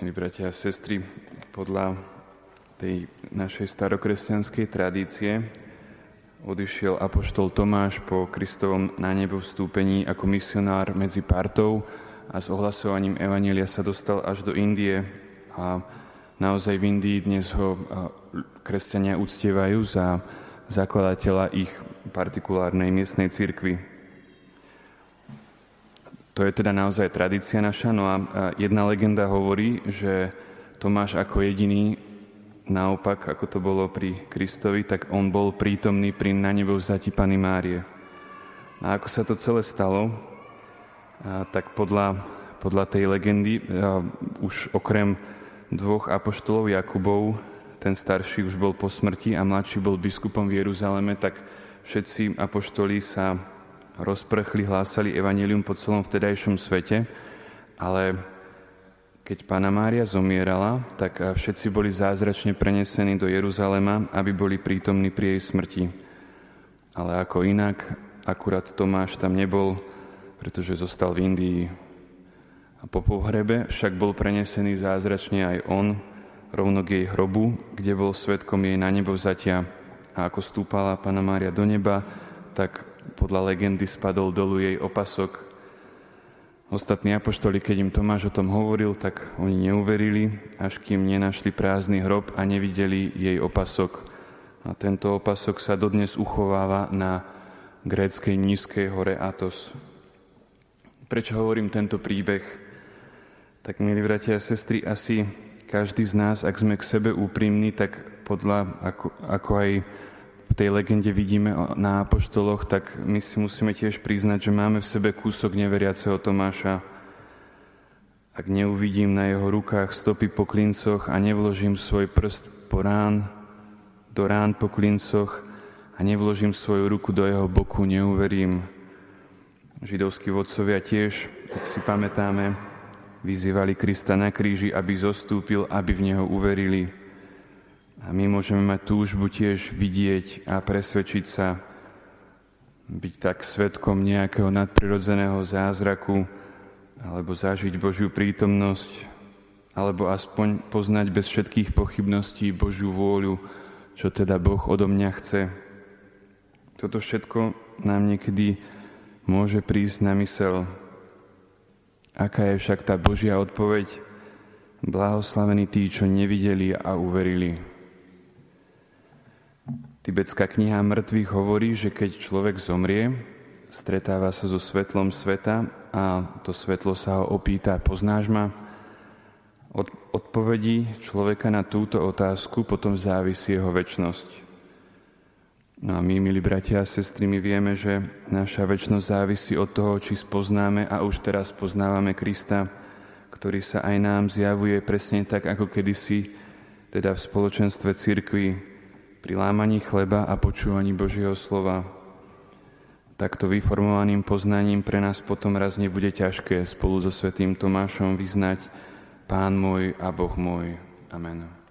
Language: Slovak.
Milí bratia a sestry, podľa tej našej starokresťanskej tradície odišiel apoštol Tomáš po Kristovom na nebo vstúpení ako misionár medzi partou a s ohlasovaním evanjelia sa dostal až do Indie a naozaj v Indii dnes ho kresťania uctievajú za zakladateľa ich partikulárnej miestnej cirkvi. To je teda naozaj tradícia naša, no a jedna legenda hovorí, že Tomáš ako jediný, naopak, ako to bolo pri Kristovi, tak on bol prítomný pri nanebovzatí Panny Márie. A ako sa to celé stalo, tak podľa tej legendy už okrem dvoch apoštolov Jakubov, ten starší už bol po smrti a mladší bol biskupom v Jeruzaleme, tak všetci apoštoli sa rozprchli, hlásali evanjelium po celom vtedajšom svete, ale keď Panna Mária zomierala, tak všetci boli zázračne prenesení do Jeruzalema, aby boli prítomní pri jej smrti. Ale ako inak, akurát Tomáš tam nebol, pretože zostal v Indii. A po pohrebe však bol prenesený zázračne aj on, rovno k jej hrobu, kde bol svedkom jej nanebovzatia. A ako stúpala Panna Mária do neba, tak podľa legendy spadol dolu jej opasok. Ostatní apoštoli, keď im Tomáš o tom hovoril, tak oni neuverili, až kým nenašli prázdny hrob a nevideli jej opasok. A tento opasok sa dodnes uchováva na gréckej nízkej hore Athos. Prečo hovorím tento príbeh? Tak, milí bratia a sestry, asi každý z nás, ak sme k sebe úprimní, tak ako aj v tej legende vidíme na apoštoloch, tak my si musíme tiež priznať, že máme v sebe kúsok neveriaceho Tomáša. Ak neuvidím na jeho rukách stopy po klincoch a nevložím svoj prst do rán po klincoch a nevložím svoju ruku do jeho boku, neuverím. Židovskí vodcovia tiež, ak si pamätáme, vyzývali Krista na kríži, aby zostúpil, aby v neho uverili. A my môžeme mať túžbu tiež vidieť a presvedčiť sa, byť tak svedkom nejakého nadprirodzeného zázraku, alebo zažiť Božiu prítomnosť, alebo aspoň poznať bez všetkých pochybností Božiu vôľu, čo teda Boh odo mňa chce. Toto všetko nám niekedy môže prísť na myseľ. Aká je však tá Božia odpoveď? Blahoslavení tí, čo nevideli a uverili. Tibetská kniha mŕtvych hovorí, že keď človek zomrie, stretáva sa so svetlom sveta a to svetlo sa ho opýta, poznáš ma? Od odpovedí človeka na túto otázku potom závisí jeho večnosť. No a my, milí bratia a sestry, my vieme, že naša večnosť závisí od toho, či spoznáme a už teraz poznávame Krista, ktorý sa aj nám zjavuje presne tak, ako kedysi, teda v spoločenstve cirkvi, pri lámaní chleba a počúvaní Božieho slova. Takto vyformovaným poznaním pre nás potom raz nebude ťažké spolu so svätým Tomášom vyznať Pán môj a Boh môj. Amen.